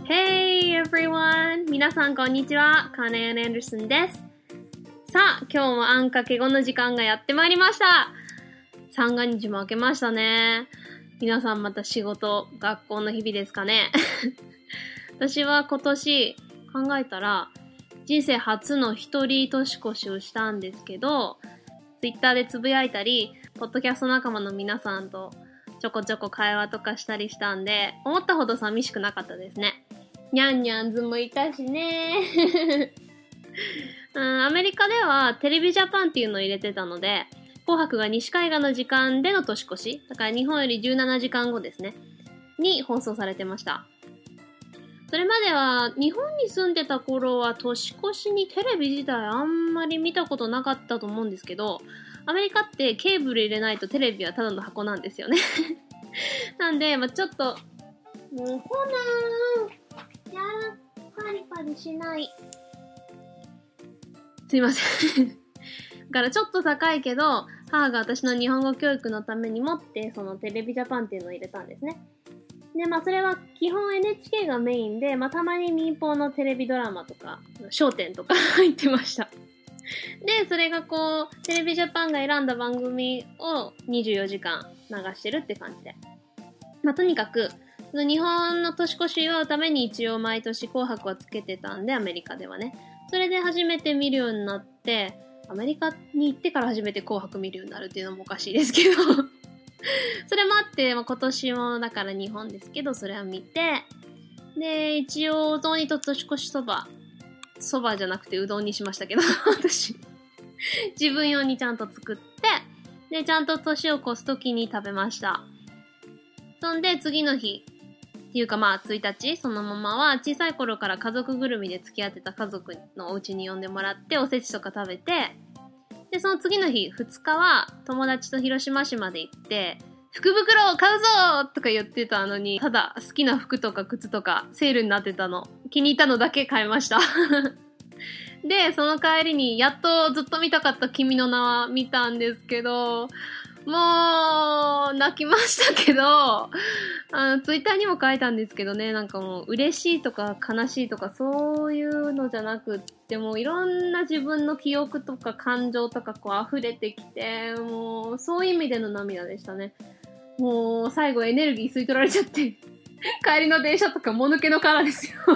Hey everyone! 皆さんこんにちは。カーネン・アンダーソンです。さあ、今日もあんかけ語の時間がやってまいりました。三が日も明けましたね。皆さんまた仕事、学校の日々ですかね。私は今年考えたら人生初の一人年越しをしたんですけど、Twitter でつぶやいたり、ポッドキャスト仲間の皆さんとちょこちょこ会話とかしたりしたんで、思ったほど寂しくなかったですね。にゃんにゃんずもいたしね。アメリカではテレビジャパンっていうのを入れてたので、紅白が西海岸の時間での年越し、だから日本より17時間後ですね、に放送されてました。それまでは日本に住んでた頃は年越しにテレビ自体あんまり見たことなかったと思うんですけど、アメリカってケーブル入れないとテレビはただの箱なんですよね。なんで、ちょっと、もうほなー、やらパリパリしない。すいません。だからちょっと高いけど、母が私の日本語教育のためにもって、そのテレビジャパンっていうのを入れたんですね。で、それは基本 NHK がメインで、たまに民放のテレビドラマとか、笑点とか入ってました。で、それがテレビジャパンが選んだ番組を24時間流してるって感じで。とにかく、日本の年越しを祝うために一応毎年紅白はつけてたんで、アメリカではね。それで初めて見るようになって、アメリカに行ってから初めて紅白見るようになるっていうのもおかしいですけど。それもあって、今年もだから日本ですけど、それを見て、で、一応お雑煮と年越しそばじゃなくてうどんにしましたけど、私。自分用にちゃんと作って、で、ちゃんと年を越す時に食べました。そんで、次の日、っていうか1日、そのままは小さい頃から家族ぐるみで付き合ってた家族のお家に呼んでもらって、おせちとか食べて、で、その次の日、2日は友達と広島市まで行って、福袋を買うぞとか言ってたのに、ただ好きな服とか靴とかセールになってたの、気に入ったのだけ買いました。で、その帰りにやっとずっと見たかった君の名は見たんですけど、もう泣きましたけど、ツイッターにも書いたんですけどね、なんかもう嬉しいとか悲しいとかそういうのじゃなくって、もういろんな自分の記憶とか感情とか溢れてきて、もうそういう意味での涙でしたね。もう最後エネルギー吸い取られちゃって、帰りの電車とかもぬけの殻ですよ。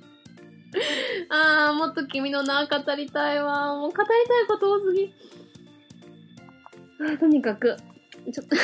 もっと君の名語りたいわ。もう語りたいこと多すぎ。とにかく、ちょっと、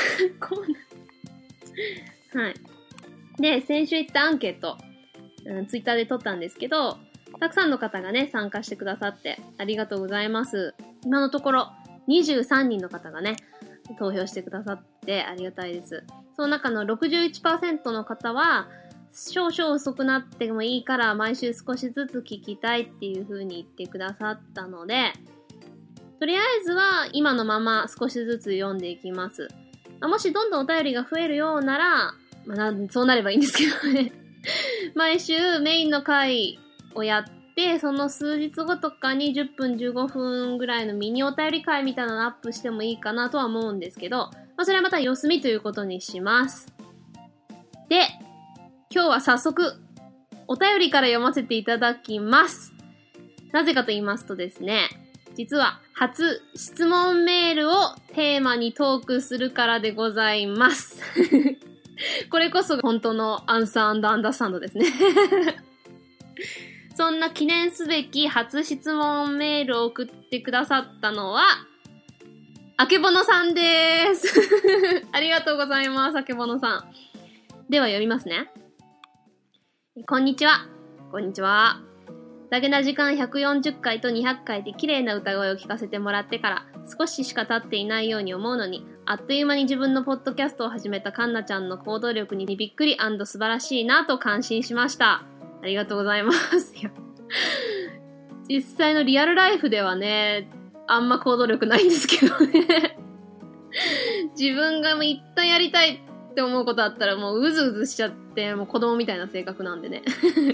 はい。で、先週言ったアンケート、ツイッターで撮ったんですけど、たくさんの方がね、参加してくださってありがとうございます。今のところ、23人の方がね、投票してくださってありがたいです。その中の 61% の方は、少々遅くなってもいいから毎週少しずつ聞きたいっていう風に言ってくださったので、とりあえずは今のまま少しずつ読んでいきます。もしどんどんお便りが増えるようなら、そうなればいいんですけどね。毎週メインの回をやって、その数日後とかに10分15分ぐらいのミニお便り回みたいなのアップしてもいいかなとは思うんですけど、それはまた様子見ということにします。で、今日は早速お便りから読ませていただきます。なぜかと言いますとですね、実は初質問メールをテーマにトークするからでございます。これこそ本当のアンサー&アンダースタンドですね。そんな記念すべき初質問メールを送ってくださったのは、あけぼのさんです。ありがとうございます、あけぼのさん。では読みますね。こんにちは。こんにちは。だけな時間140回と200回で綺麗な歌声を聞かせてもらってから少ししか経っていないように思うのに、あっという間に自分のポッドキャストを始めたカンナちゃんの行動力にびっくり&素晴らしいなと感心しました。ありがとうございます。実際のリアルライフではね、あんま行動力ないんですけどね。自分が一旦やりたいって思うことあったらもううずうずしちゃって、もう子供みたいな性格なんでね。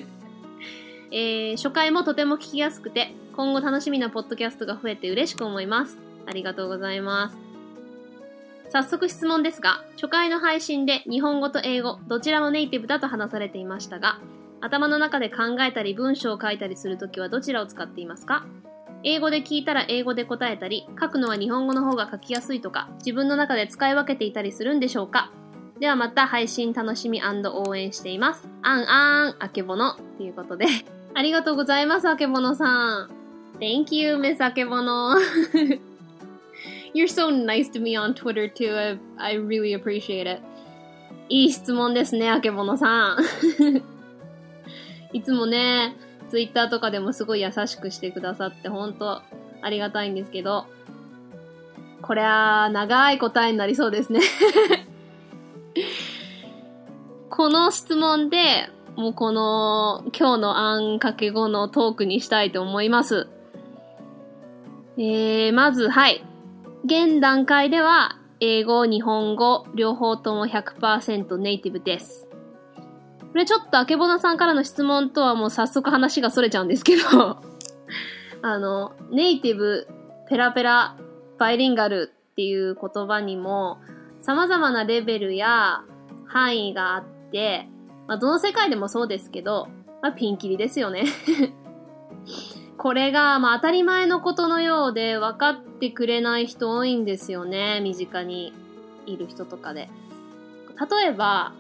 初回もとても聞きやすくて、今後楽しみなポッドキャストが増えて嬉しく思います。ありがとうございます。早速質問ですが、初回の配信で日本語と英語、どちらもネイティブだと話されていましたが、 頭の中で考えたり文章を書いたりするときはどちらを使っていますか？英語で聞いたら英語で答えたり、書くのは日本語の方が書きやすいとか、自分の中で使い分けていたりするんでしょうか？ではまた配信楽しみ&応援しています。あけぼのということで。ありがとうございます、あけぼのさん。Thank you, Miss あけぼの。You're so nice to me on Twitter too. I really appreciate it. いい質問ですね、あけぼのさん。いつもね、ツイッターとかでもすごい優しくしてくださって本当ありがたいんですけど、これは長い答えになりそうですね。この質問でもうこの今日のあんかけ語のトークにしたいと思います。まず現段階では英語、日本語両方とも 100% ネイティブです。これちょっとあけぼのさんからの質問とはもう早速話がそれちゃうんですけどネイティブ、ペラペラ、バイリンガルっていう言葉にも様々なレベルや範囲があって、どの世界でもそうですけど、ピンキリですよね。これが当たり前のことのようで分かってくれない人多いんですよね。身近にいる人とかで。例えば、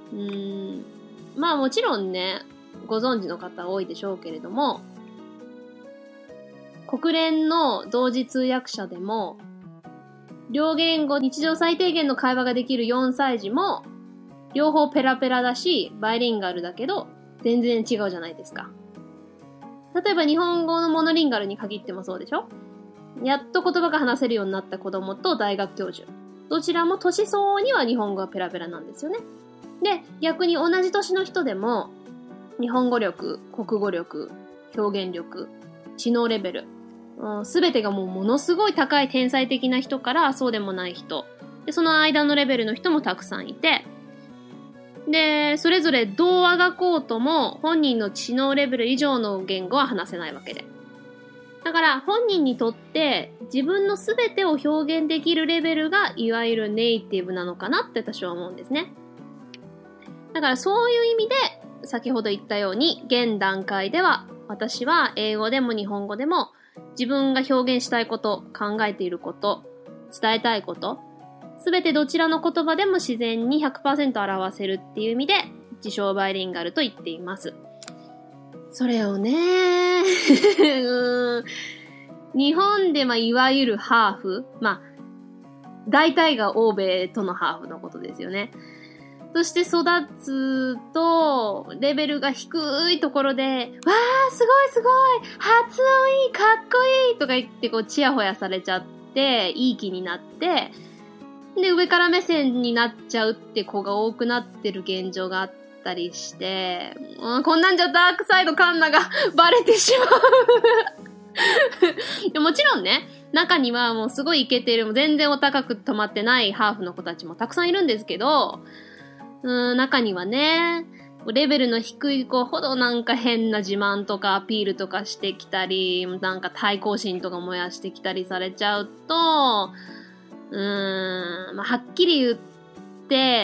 もちろんね、ご存知の方多いでしょうけれども、国連の同時通訳者でも、両言語、日常最低限の会話ができる4歳児も、両方ペラペラだし、バイリンガルだけど、全然違うじゃないですか。例えば日本語のモノリンガルに限ってもそうでしょ？やっと言葉が話せるようになった子供と大学教授。どちらも年相応には日本語はペラペラなんですよね。で、逆に同じ年の人でも、日本語力、国語力、表現力、知能レベル、すべてがもうものすごい高い天才的な人からそうでもない人。で、その間のレベルの人もたくさんいて、で、それぞれどうあがこうとも本人の知能レベル以上の言語は話せないわけで。だから本人にとって自分のすべてを表現できるレベルがいわゆるネイティブなのかなって私は思うんですね。だからそういう意味で先ほど言ったように現段階では私は英語でも日本語でも自分が表現したいこと、考えていること、伝えたいこと、すべてどちらの言葉でも自然に 100% 表せるっていう意味で自称バイリンガルと言っています。それをね日本でいわゆるハーフ、大体が欧米とのハーフのことですよね。そして育つとレベルが低いところで、わーすごいすごい発音いいかっこいいとか言ってチヤホヤされちゃっていい気になってで上から目線になっちゃうって子が多くなってる現状があったりして、こんなんじゃダークサイドカンナがバレてしまうもちろんね、中にはもうすごいイケてる全然お高く止まってないハーフの子たちもたくさんいるんですけど、中にはね、レベルの低い子ほどなんか変な自慢とかアピールとかしてきたり、なんか対抗心とか燃やしてきたりされちゃうと、はっきり言って、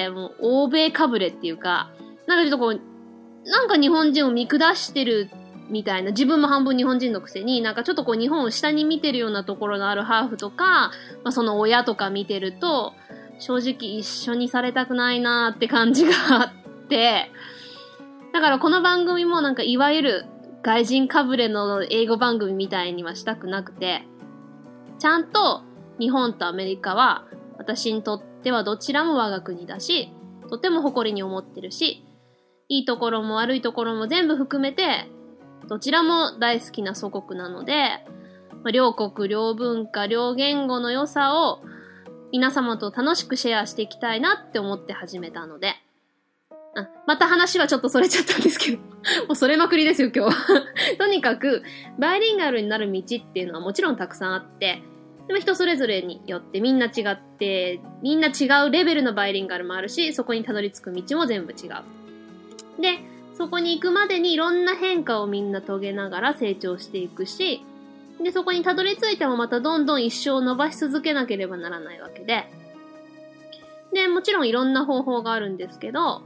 もう欧米かぶれっていうか、なんかちょっとなんか日本人を見下してるみたいな、自分も半分日本人のくせに、なんかちょっと日本を下に見てるようなところのあるハーフとか、その親とか見てると、正直一緒にされたくないなーって感じがあって、だからこの番組もなんかいわゆる外人かぶれの英語番組みたいにはしたくなくて、ちゃんと日本とアメリカは私にとってはどちらも我が国だし、とても誇りに思ってるし、いいところも悪いところも全部含めて、どちらも大好きな祖国なので、両国両文化両言語の良さを皆様と楽しくシェアしていきたいなって思って始めたので、また話はちょっとそれちゃったんですけど、もうそれまくりですよ今日。とにかく、バイリンガルになる道っていうのはもちろんたくさんあって、でも人それぞれによってみんな違って、みんな違うレベルのバイリンガルもあるし、そこにたどり着く道も全部違う。で、そこに行くまでにいろんな変化をみんな遂げながら成長していくし、で、そこにたどり着いてもまたどんどん一生伸ばし続けなければならないわけで、で、もちろんいろんな方法があるんですけど、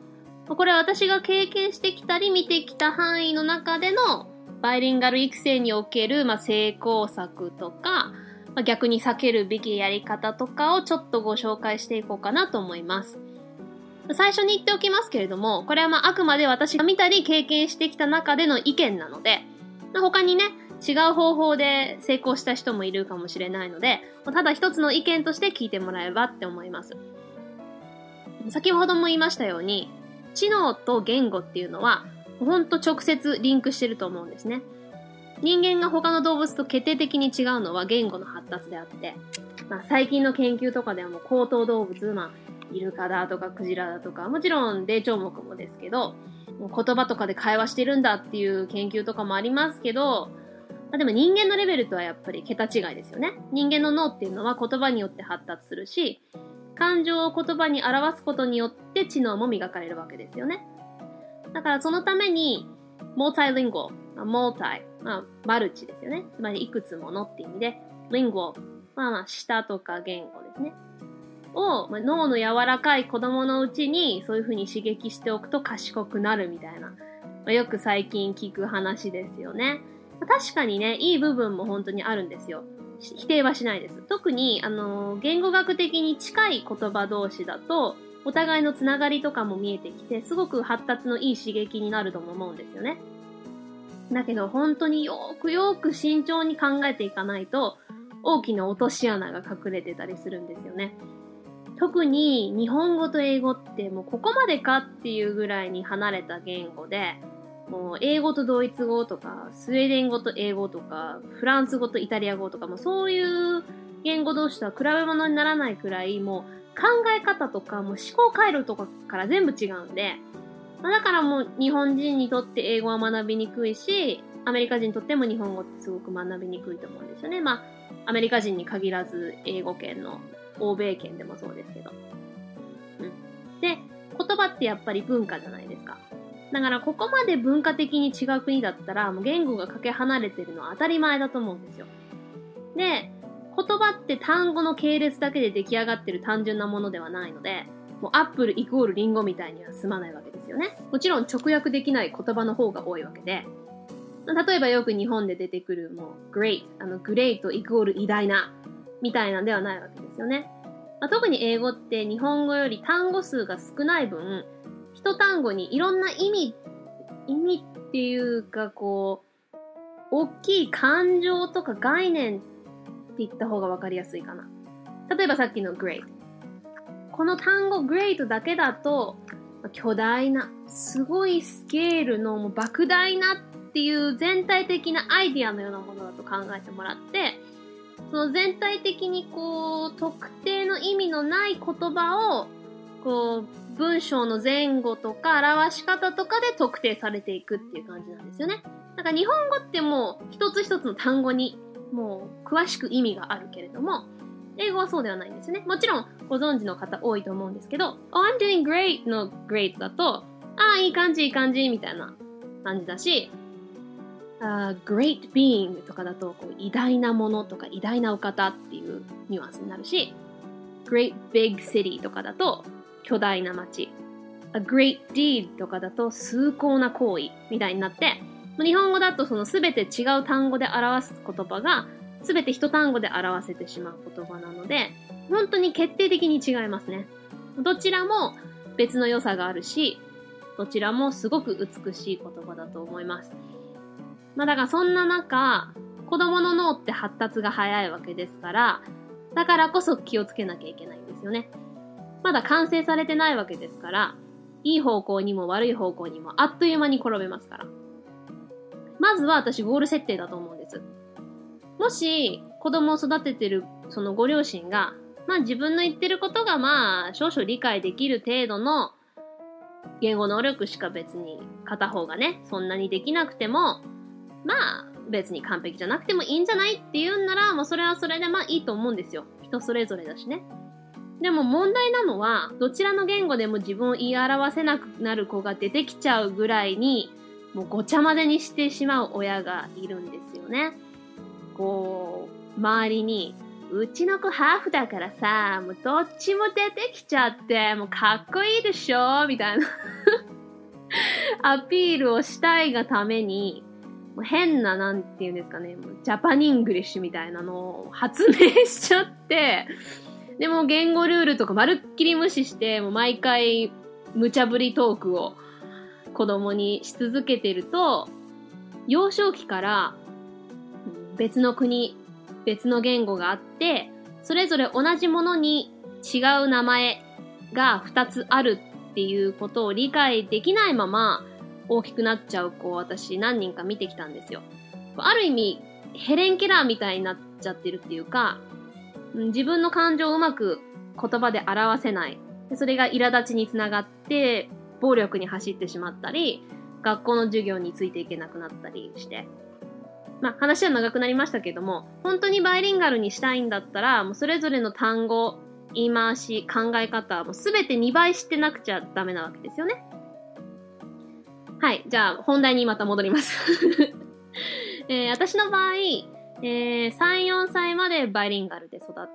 これは私が経験してきたり見てきた範囲の中でのバイリンガル育成における、成功策とか、逆に避けるべきやり方とかをちょっとご紹介していこうかなと思います。最初に言っておきますけれども、これはあくまで私が見たり経験してきた中での意見なので、他にね、違う方法で成功した人もいるかもしれないので、ただ一つの意見として聞いてもらえればって思います。先ほども言いましたように、知能と言語っていうのは、ほんと直接リンクしてると思うんですね。人間が他の動物と決定的に違うのは言語の発達であって、最近の研究とかではもう高等動物、イルカだとかクジラだとか、もちろん霊長目もですけど、もう言葉とかで会話してるんだっていう研究とかもありますけど、でも人間のレベルとはやっぱり桁違いですよね。人間の脳っていうのは言葉によって発達するし、感情を言葉に表すことによって知能も磨かれるわけですよね。だからそのために、モータイリンゴ、マルチですよね。つまりいくつものって意味で、リンゴ、舌とか言語ですね。を、脳の柔らかい子供のうちにそういう風に刺激しておくと賢くなるみたいな、よく最近聞く話ですよね。確かにね、いい部分も本当にあるんですよ。否定はしないです。特に、言語学的に近い言葉同士だと、お互いのつながりとかも見えてきて、すごく発達のいい刺激になるとも思うんですよね。だけど本当によーく慎重に考えていかないと、大きな落とし穴が隠れてたりするんですよね。特に日本語と英語ってもうここまでかっていうぐらいに離れた言語で、もう英語とドイツ語とか、スウェーデン語と英語とか、フランス語とイタリア語とか、もうそういう言語同士とは比べ物にならないくらい、もう考え方とか、もう思考回路とかから全部違うんで、だからもう日本人にとって英語は学びにくいし、アメリカ人にとっても日本語ってすごく学びにくいと思うんですよね。アメリカ人に限らず英語圏の欧米圏でもそうですけど。で、言葉ってやっぱり文化じゃないですか。だからここまで文化的に違う国だったら、もう言語がかけ離れてるのは当たり前だと思うんですよ。で、言葉って単語の系列だけで出来上がってる単純なものではないので、もうアップルイコールリンゴみたいには済まないわけですよね。もちろん直訳できない言葉の方が多いわけで、例えばよく日本で出てくるもうグレートイコール偉大なみたいなんではないわけですよね。特に英語って日本語より単語数が少ない分、一単語にいろんな意味っていうか大きい感情とか概念って言った方がわかりやすいかな。例えばさっきの great。この単語 great だけだと、巨大な、すごいスケールのもう莫大なっていう全体的なアイディアのようなものだと考えてもらって、その全体的に特定の意味のない言葉を、文章の前後とか表し方とかで特定されていくっていう感じなんですよね。だから日本語ってもう一つ一つの単語にもう詳しく意味があるけれども、英語はそうではないんですね。もちろんご存知の方多いと思うんですけど、Oh, I'm doing great の great だと、いい感じみたいな感じだし、great being とかだと偉大なものとか偉大なお方っていうニュアンスになるし、great big city とかだと巨大な街、a great deed とかだと崇高な行為みたいになって、日本語だとその全て違う単語で表す言葉が全て一単語で表せてしまう言葉なので、本当に決定的に違いますね。どちらも別の良さがあるし、どちらもすごく美しい言葉だと思います。だからそんな中、子供の脳って発達が早いわけですから、だからこそ気をつけなきゃいけないんですよね。まだ完成されてないわけですから、いい方向にも悪い方向にもあっという間に転べますから。まずは私ゴール設定だと思うんです。もし子供を育ててるそのご両親が、自分の言ってることが少々理解できる程度の言語能力しか別に片方がね、そんなにできなくても、別に完璧じゃなくてもいいんじゃないって言うんなら、それはそれでいいと思うんですよ。人それぞれだしね。でも問題なのは、どちらの言語でも自分を言い表せなくなる子が出てきちゃうぐらいに、もうごちゃ混ぜにしてしまう親がいるんですよね。周りに、うちの子ハーフだからさ、もうどっちも出てきちゃって、もうかっこいいでしょみたいな。 アピールをしたいがために、もう変な、なんていうんですかね、もうジャパニングリッシュみたいなのを発明しちゃって、でも言語ルールとかまるっきり無視して、もう毎回無茶ぶりトークを子供にし続けてると、幼少期から別の国、別の言語があって、それぞれ同じものに違う名前が2つあるっていうことを理解できないまま大きくなっちゃう子を私何人か見てきたんですよ。ある意味ヘレン・ケラーみたいになっちゃってるっていうか、自分の感情をうまく言葉で表せない。それが苛立ちにつながって暴力に走ってしまったり、学校の授業についていけなくなったりして。まあ話は長くなりましたけども、本当にバイリンガルにしたいんだったら、もうそれぞれの単語、言い回し、考え方、もうすべて2倍知ってなくちゃダメなわけですよね。はい、じゃあ本題にまた戻ります。私の場合、3、4歳までバイリンガルで育って、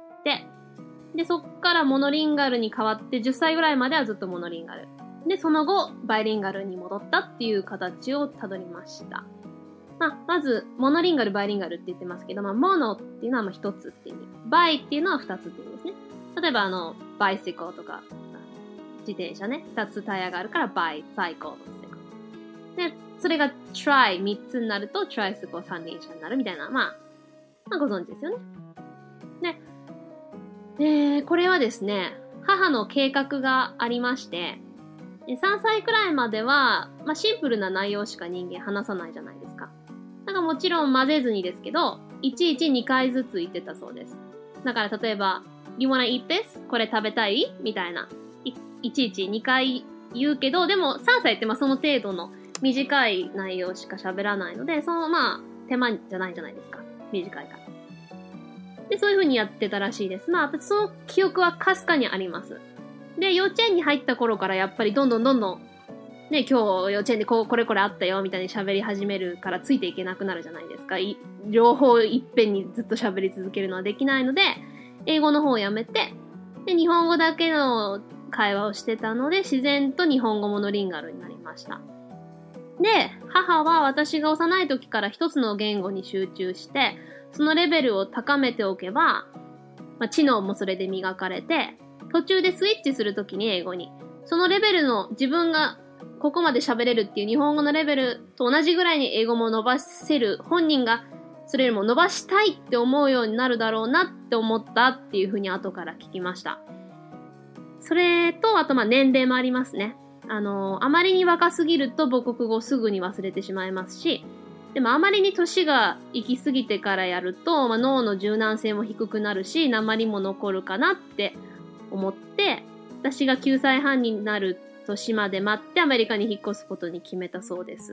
で、そっからモノリンガルに変わって、10歳ぐらいまではずっとモノリンガル。で、その後、バイリンガルに戻ったっていう形をたどりました。まず、モノリンガル、バイリンガルって言ってますけど、モノっていうのは一つって意味。バイっていうのは二つって意味ですね。例えば、バイシコとか、自転車ね。二つタイヤがあるから、バイ、サイコーとセコ。で、それがトライ三つになると、トライスコー三輪車になるみたいな、まあご存知ですよね。で、これはですね、母の計画がありまして、3歳くらいまでは、シンプルな内容しか人間話さないじゃないですか。だからもちろん混ぜずにですけど、いちいち2回ずつ言ってたそうです。だから例えば、You wanna eat this? これ食べたいみたいな。いちいち2回言うけど、でも3歳ってその程度の短い内容しか喋らないので、その手間じゃないじゃないですか。短いから。で、そういう風にやってたらしいです。その記憶はかすかにあります。で、幼稚園に入った頃からやっぱりどんどんね、今日幼稚園でこれあったよみたいに喋り始めるからついていけなくなるじゃないですか。両方いっぺんにずっと喋り続けるのはできないので、英語の方をやめて、で、日本語だけの会話をしてたので、自然と日本語モノリンガルになりました。で、母は私が幼い時から一つの言語に集中して、そのレベルを高めておけば、知能もそれで磨かれて、途中でスイッチするときに英語に、そのレベルの自分がここまで喋れるっていう日本語のレベルと同じぐらいに英語も伸ばせる、本人がそれよりも伸ばしたいって思うようになるだろうなって思ったっていうふうに後から聞きました。それと、あと年齢もありますね。あまりに若すぎると母国語をすぐに忘れてしまいますし、でもあまりに年が行き過ぎてからやると、脳の柔軟性も低くなるし、訛りも残るかなって思って、私が9歳半になる年まで待ってアメリカに引っ越すことに決めたそうです。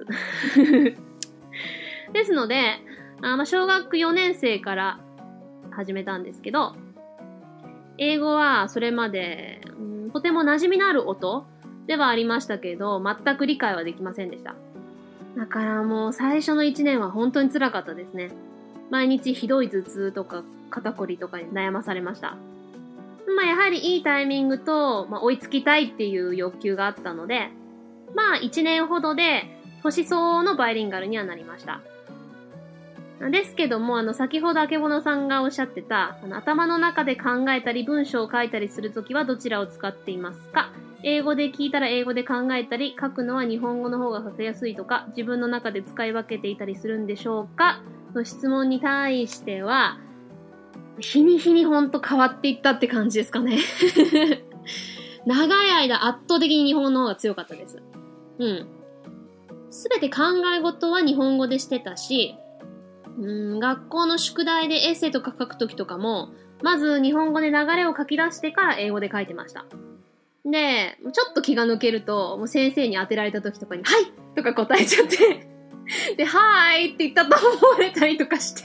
ですので、小学4年生から始めたんですけど、英語はそれまで、とても馴染みのある音ではありましたけど、全く理解はできませんでした。だからもう最初の1年は本当に辛かったですね。毎日ひどい頭痛とか肩こりとかに悩まされました。やはりいいタイミングと、追いつきたいっていう欲求があったので、1年ほどで年相応のバイリンガルにはなりました。ですけども、先ほどあけぼのさんがおっしゃってた、頭の中で考えたり文章を書いたりするときはどちらを使っていますか？英語で聞いたら英語で考えたり、書くのは日本語の方が書きやすいとか、自分の中で使い分けていたりするんでしょうか？の質問に対しては、日に日にほんと変わっていったって感じですかね。長い間圧倒的に日本語の方が強かったです。すべて考え事は日本語でしてたし、学校の宿題でエッセイとか書くときとかも、まず日本語で流れを書き出してから英語で書いてました。で、ちょっと気が抜けると、もう先生に当てられたときとかに、はいとか答えちゃって、で、はーいって言ったと思われたりとかして。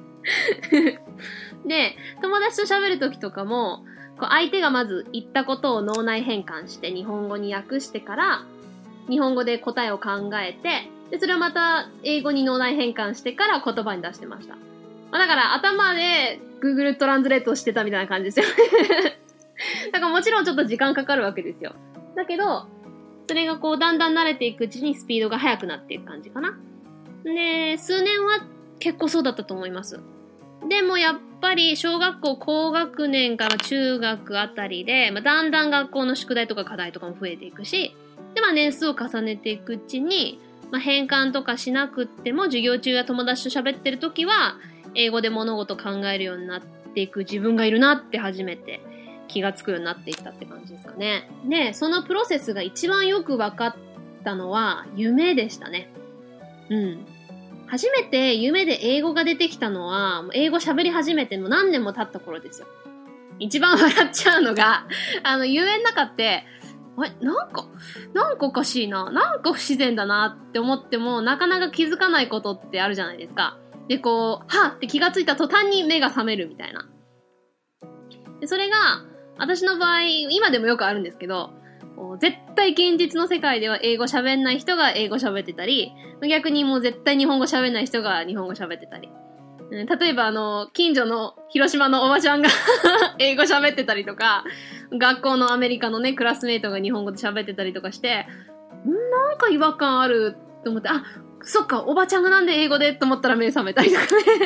で、友達と喋るときとかも、相手がまず言ったことを脳内変換して日本語に訳してから、日本語で答えを考えて、で、それをまた英語に脳内変換してから言葉に出してました。だから頭で Google トランスレートしてたみたいな感じですよ。だからもちろんちょっと時間かかるわけですよ。だけど、 それがこうだんだん慣れていくうちにスピードが速くなっていく感じかな。で、数年は結構そうだったと思います。でもやっぱり小学校高学年から中学あたりで、だんだん学校の宿題とか課題とかも増えていくし、で、年数を重ねていくうちに、変換とかしなくっても授業中や友達と喋ってる時は英語で物事を考えるようになっていく自分がいるなって初めて気がつくようになっていったって感じですかね。で、そのプロセスが一番よく分かったのは夢でしたね。初めて夢で英語が出てきたのは、英語喋り始めても何年も経った頃ですよ。一番笑っちゃうのが、夢の中って、なんかおかしいな。なんか不自然だなって思っても、なかなか気づかないことってあるじゃないですか。で、はぁって気がついた途端に目が覚めるみたいな。で、それが、私の場合、今でもよくあるんですけど、絶対現実の世界では英語喋んない人が英語喋ってたり、逆にもう絶対日本語喋んない人が日本語喋ってたり。例えば近所の広島のおばちゃんが英語喋ってたりとか、学校のアメリカのね、クラスメイトが日本語で喋ってたりとかして、なんか違和感あると思って、そっか、おばちゃんがなんで英語でと思ったら目覚めたりとか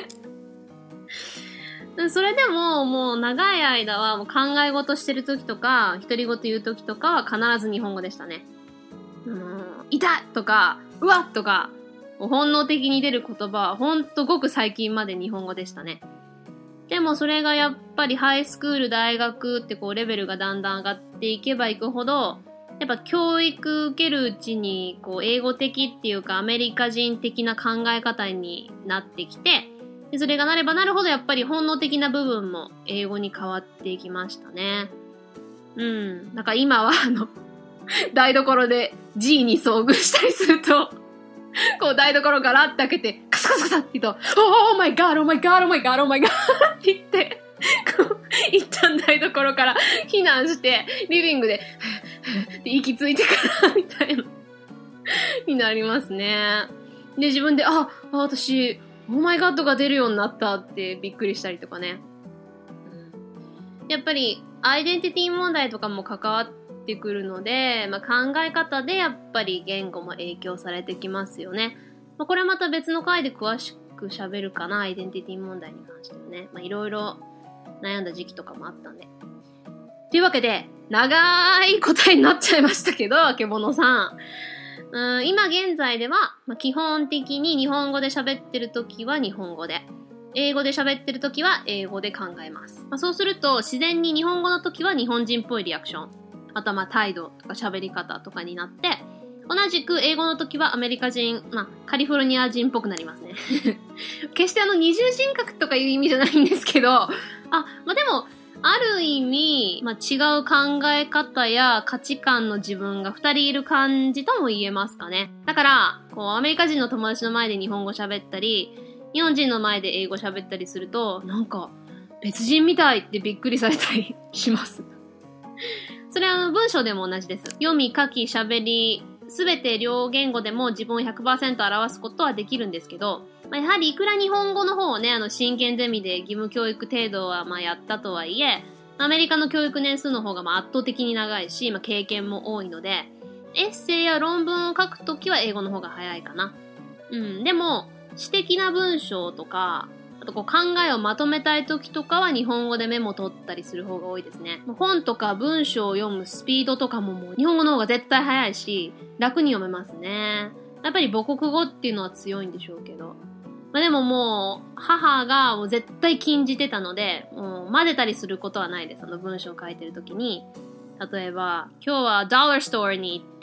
ね。それでも、もう長い間はもう考え事してる時とか、独り言言う時とかは必ず日本語でしたね。痛いとか、うわっとか、本能的に出る言葉はほんとごく最近まで日本語でしたね。でもそれがやっぱりハイスクール、大学ってレベルがだんだん上がっていけばいくほど、やっぱ教育受けるうちに英語的っていうかアメリカ人的な考え方になってきて、でそれがなればなるほどやっぱり本能的な部分も英語に変わっていきましたね。だから今は台所で G に遭遇したりすると、台所ガラッて開けて、カサカサカサって言うと、Oh my god, oh my god, oh my god, oh my god って言って、一旦台所から避難して、リビングで、って息ついてからみたいな、になりますね。で、自分で、私、Oh my god が出るようになったってびっくりしたりとかね。やっぱり、アイデンティティ問題とかも関わってくるので、考え方でやっぱり言語も影響されてきますよね。これはまた別の回で詳しく喋るかな、アイデンティティ問題に関してはね。いろいろ悩んだ時期とかもあったんで。というわけで、長い答えになっちゃいましたけど、あけぼのさん。今現在では、基本的に日本語で喋ってるときは日本語で、英語で喋ってるときは英語で考えます。そうすると、自然に日本語のときは日本人っぽいリアクション。あとは態度とか喋り方とかになって、同じく英語の時はアメリカ人、カリフォルニア人っぽくなりますね。決して二重人格とかいう意味じゃないんですけど、でも、ある意味、違う考え方や価値観の自分が二人いる感じとも言えますかね。だから、アメリカ人の友達の前で日本語喋ったり、日本人の前で英語喋ったりすると、なんか、別人みたいってびっくりされたりします。それは文章でも同じです。読み、書き、喋り、すべて両言語でも自分を 100% 表すことはできるんですけど、やはりいくら日本語の方をね、真剣ゼミで義務教育程度はやったとはいえ、アメリカの教育年数の方が圧倒的に長いし、経験も多いので、エッセイや論文を書くときは英語の方が早いかな。でも、詩的な文章とか、あと考えをまとめたい時とかは日本語でメモ取ったりする方が多いですね。本とか文章を読むスピードとかも日本語の方が絶対早いし、楽に読めますね。やっぱり母国語っていうのは強いんでしょうけど。でももう、母がもう絶対禁じてたので、もう混ぜたりすることはないです。文章を書いてる時に。例えば、今日はドラッグストアに行って、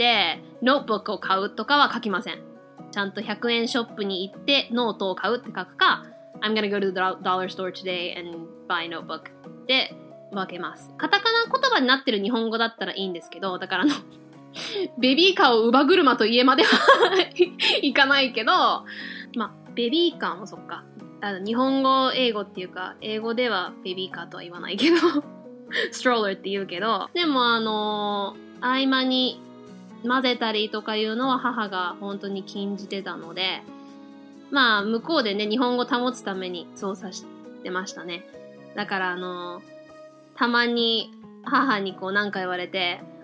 ノートブックを買うとかは書きません。ちゃんと100円ショップに行ってノートを買うって書くか、I'm gonna go to the dollar store today and buy a notebook で分けます。カタカナ言葉になってる日本語だったらいいんですけど、だからベビーカーを乳母車と家まではいかないけど、ベビーカーもそっか。日本語、英語っていうか、英語ではベビーカーとは言わないけど、ストローラーって言うけど、でも合間に混ぜたりとかいうのは母が本当に禁じてたので、向こうでね、日本語保つために操作してましたね。だからたまに母に何か言われて、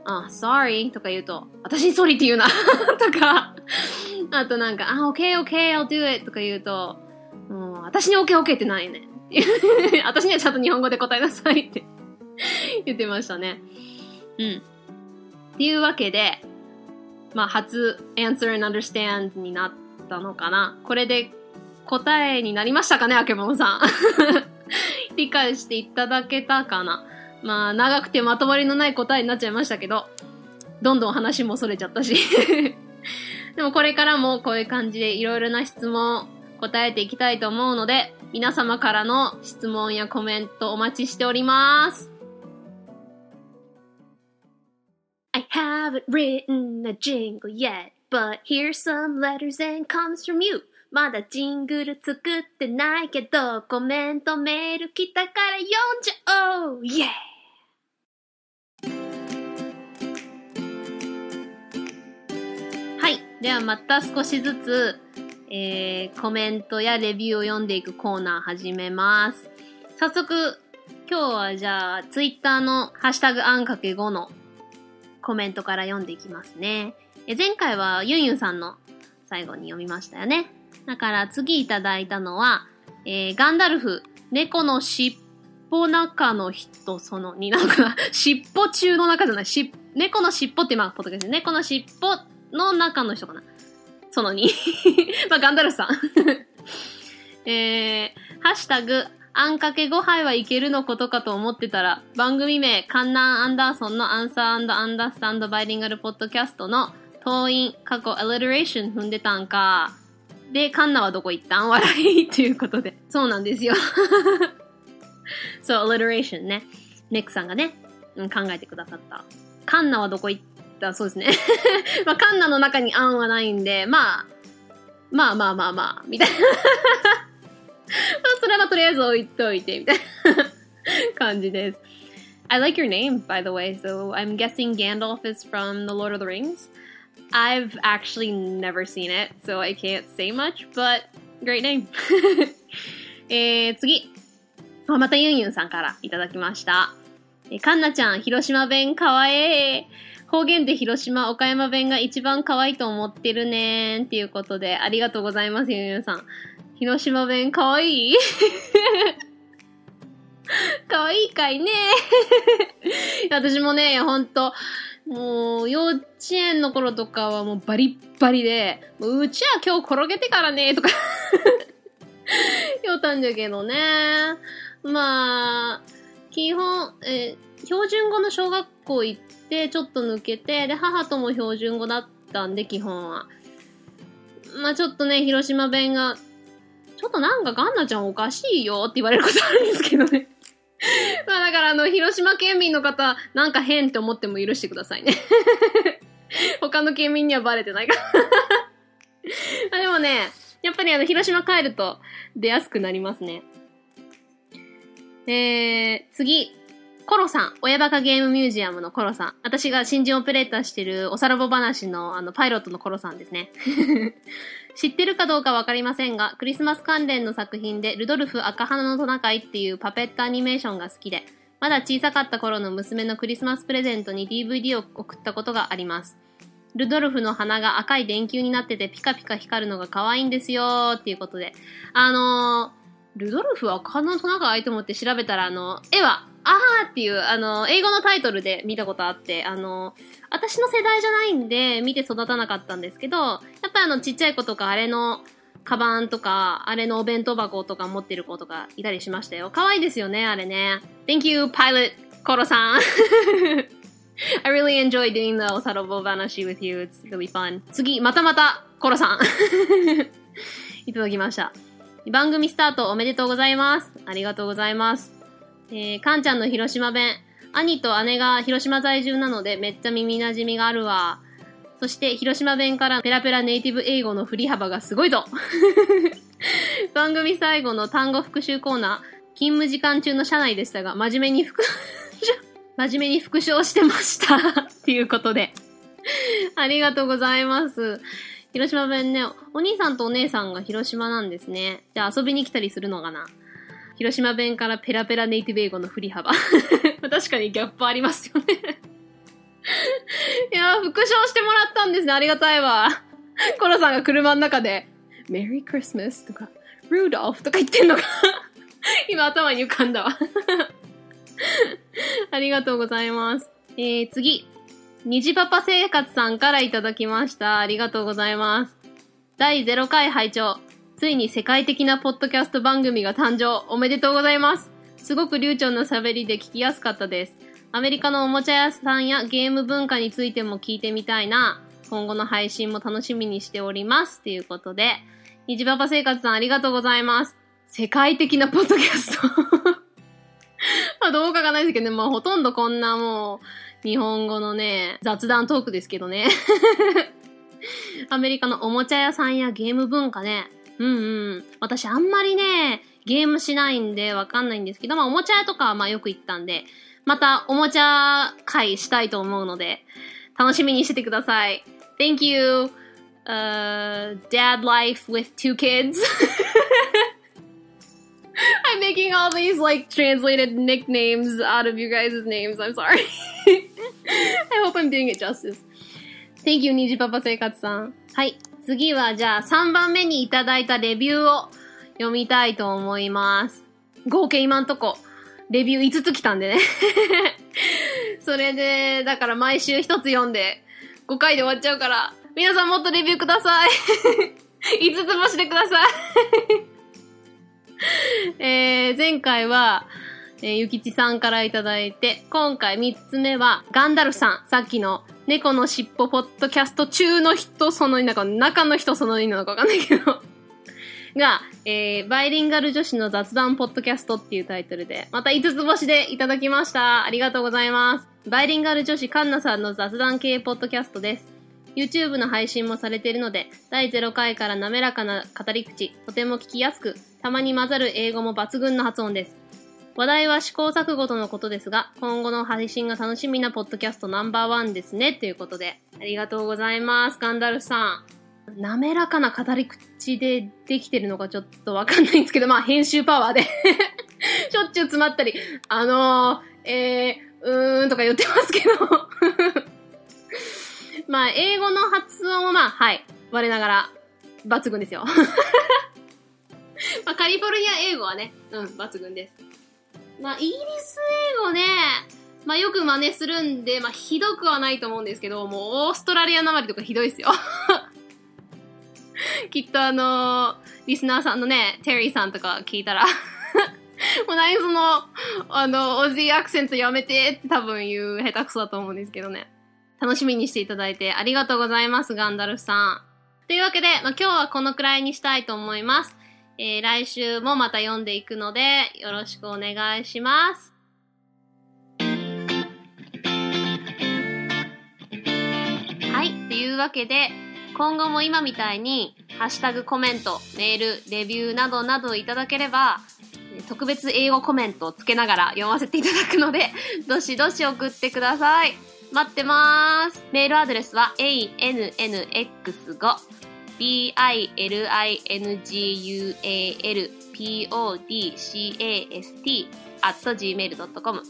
sorry とか言うと、私に sorry って言うなとか、あとなんか、okay, I'll do it とか言うと、私に okay ってないね。私にはちゃんと日本語で答えなさいって言ってましたね。っていうわけで、初 answer and understand になったのかな。これで答えになりましたかね、あけぼのさん。理解していただけたかな。長くてまとまりのない答えになっちゃいましたけど、どんどん話もそれちゃったし。でもこれからもこういう感じでいろいろな質問答えていきたいと思うので、皆様からの質問やコメントお待ちしております。I haven't written a jingle yet, but here's some letters and comes from you. まだジングル作ってないけど、コメントメール来たから読んじゃおう、イェーイ！はい。ではまた少しずつ、コメントやレビューを読んでいくコーナー始めます。早速、今日はじゃあ、ツイッターのハッシュタグあんかけ5のコメントから読んでいきますね。前回はユンユンさんの最後に読みましたよね。だから次いただいたのは、ガンダルフ、猫の尻尾中の人その2なのかな尻尾中の中じゃない、猫の尻尾ってポッドキャスト、猫の尻尾の中の人かなその2。ガンダルフさん。ハッシュタグ、あんかけ5杯はいけるのことかと思ってたら、番組名、カンナン・アンダーソンのアンサー&アンダースタンドバイリンガルポッドキャストの当院、過去、アリテレーション踏んでたんか。で、カンナはどこ行ったん笑いっていうことで。そうなんですよ。そう、アリテレーションね。ネックさんがね、考えてくださった。カンナはどこ行ったそうですね。カンナの中にアンはないんで、みたいな。それはとりあえず置いといて、みたいな感じです。I like your name, by the way, so I'm guessing Gandalf is from The Lord of the Rings. I've actually never seen it, so I can't say much, but great name. 次。またユンユンさんからいただきました。カンナちゃん、広島弁かわいい。方言で広島、岡山弁が一番可愛いと思ってるねーっていうことで、ありがとうございます、ユンユンさん。広島弁可愛い可愛いかいね私もね、ほんと、もう、幼稚園の頃とかはもうバリッバリで、うちは今日転げてからねとか言ったんだけどね。基本、標準語の小学校行って、ちょっと抜けて、で、母とも標準語だったんで、基本は。ちょっとね、広島弁が、ちょっとなんかガンナちゃんおかしいよって言われることあるんですけどね。だから広島県民の方、なんか変って思っても許してくださいね。他の県民にはバレてないからでもね、やっぱり広島帰ると出やすくなりますね。次。コロさん。親バカゲームミュージアムのコロさん。私が新人オペレーターしてるおさらぼ話のパイロットのコロさんですね。知ってるかどうかわかりませんが、クリスマス関連の作品でルドルフ赤花のトナカイっていうパペットアニメーションが好きで、まだ小さかった頃の娘のクリスマスプレゼントに DVD を送ったことがあります。ルドルフの鼻が赤い電球になっててピカピカ光るのが可愛いんですよーっていうことで。ルドルフ赤花のトナカイと思って調べたら絵は、っていう、英語のタイトルで見たことあって、私の世代じゃないんで、見て育たなかったんですけど、やっぱりちっちゃい子とか、あれの、カバンとか、あれのお弁当箱とか持ってる子とかいたりしましたよ。可愛いですよね、あれね。Thank you, Pilot コロさん。I really enjoy doing the おさらぼ話 with you. It's really fun. 次、またコロさん。いただきました。番組スタートおめでとうございます。ありがとうございます。かんちゃんの広島弁。兄と姉が広島在住なのでめっちゃ耳馴染みがあるわ。そして広島弁からペラペラネイティブ英語の振り幅がすごいぞ。番組最後の単語復習コーナー、勤務時間中の社内でしたが、真面目に復唱してました。っていうことで。ありがとうございます。広島弁ね、お兄さんとお姉さんが広島なんですね。じゃあ遊びに来たりするのかな。広島弁からペラペラネイティブ英語の振り幅。確かにギャップありますよね。 いやー、復唱してもらったんですね。ありがたいわ。コロさんが車の中で、メリークリスマスとか、ルードルフとか言ってんのが、今頭に浮かんだわ。ありがとうございます。次。虹パパ生活さんからいただきました。ありがとうございます。第0回拝聴。ついに世界的なポッドキャスト番組が誕生。おめでとうございます。すごく流暢な喋りで聞きやすかったです。アメリカのおもちゃ屋さんやゲーム文化についても聞いてみたいな。今後の配信も楽しみにしております。ということで、虹パパ生活さんありがとうございます。世界的なポッドキャスト。まあどうかがないですけどね、まあほとんどこんなもう、日本語のね、雑談トークですけどね。アメリカのおもちゃ屋さんやゲーム文化ね。私あんまりね、ゲームしないんでわかんないんですけど、まあおもちゃ屋とかはまあよく行ったんで、またおもちゃ会したいと思うので、楽しみにしててください。Thank you, dad life with 2 kids. I'm making all these like translated nicknames out of you guys' names. I'm sorry. I hope I'm doing it justice. Thank you, にじパパ生活さん。はい。次はじゃあ3番目にいただいたレビューを読みたいと思います。合計今んとこ、レビュー5つ来たんでね。それで、だから毎週1つ読んで、5回で終わっちゃうから、皆さんもっとレビューください。5つ星でください。前回は、ゆきちさんからいただいて、今回3つ目は、ガンダルフさん。さっきの猫のしっぽポッドキャスト中の人その2なのか、中の人その2なのかわかんないけど。が、バイリンガル女子の雑談ポッドキャストっていうタイトルで、また5つ星でいただきました。ありがとうございます。バイリンガル女子カンナさんの雑談系ポッドキャストです。YouTube の配信もされているので、第0回から滑らかな語り口、とても聞きやすく、たまに混ざる英語も抜群の発音です。話題は試行錯誤とのことですが、今後の配信が楽しみなポッドキャストナンバー1ですね、ということで。ありがとうございます、ガンダルフさん。滑らかな語り口でできてるのかちょっとわかんないんですけど、まあ編集パワーで。しょっちゅう詰まったり、とか言ってますけど。まあ、英語の発音はまあ、はい、我ながら、抜群ですよ。まあ、カリフォルニア英語はね、抜群です。まあ、イギリス英語ね、まあ、よく真似するんで、まあ、ひどくはないと思うんですけど、もう、オーストラリアなまりとかひどいですよ。きっとリスナーさんのね、テリーさんとか聞いたら、もう何その、オズィーアクセントやめてって多分言う下手くそだと思うんですけどね。楽しみにしていただいてありがとうございます、ガンダルフさん。というわけで、まあ、今日はこのくらいにしたいと思います。来週もまた読んでいくので、よろしくお願いします。はい、というわけで、今後も今みたいに、ハッシュタグコメント、メール、レビューなどなどいただければ、特別英語コメントをつけながら読ませていただくので、どしどし送ってください。待ってまーす。メールアドレスは anxgo bilinggualpodcast@gmail.com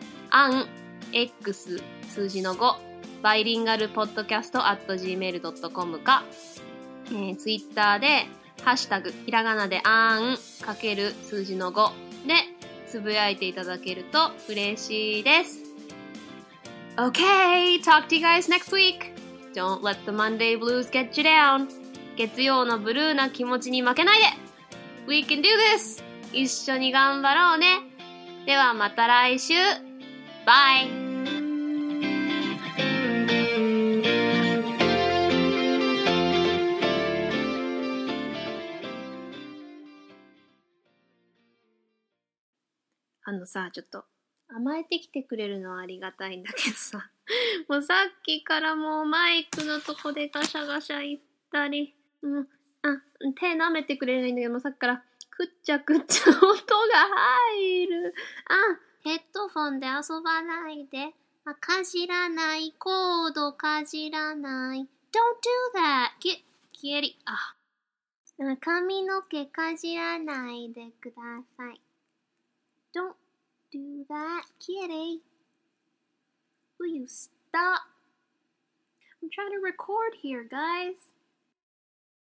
anx 数字の5バイリンガルポッドキャスト @gmail.com か、ツイッターでハッシュタグひらがなであんかける数字の5でつぶやいていただけると嬉しいです。Okay, talk to you guys next week. Don't let the Monday blues get you down. 月曜のブルーな気持ちに負けないで We can do this! 一緒に頑張ろうね。ではまた来週。バイ。さ、ちょっと甘えてきてくれるのはありがたいんだけどさ、もうさっきからもうマイクのとこでガシャガシャ言ったり、手舐めてくれるんだけどもさっきからくっちゃくっちゃ音が入る。ヘッドフォンで遊ばないで。かじらない。コードかじらない。Don't do that. 消えり。髪の毛かじらないでください。Don't do that, kitty. Will you た。I'm trying to record here, guys.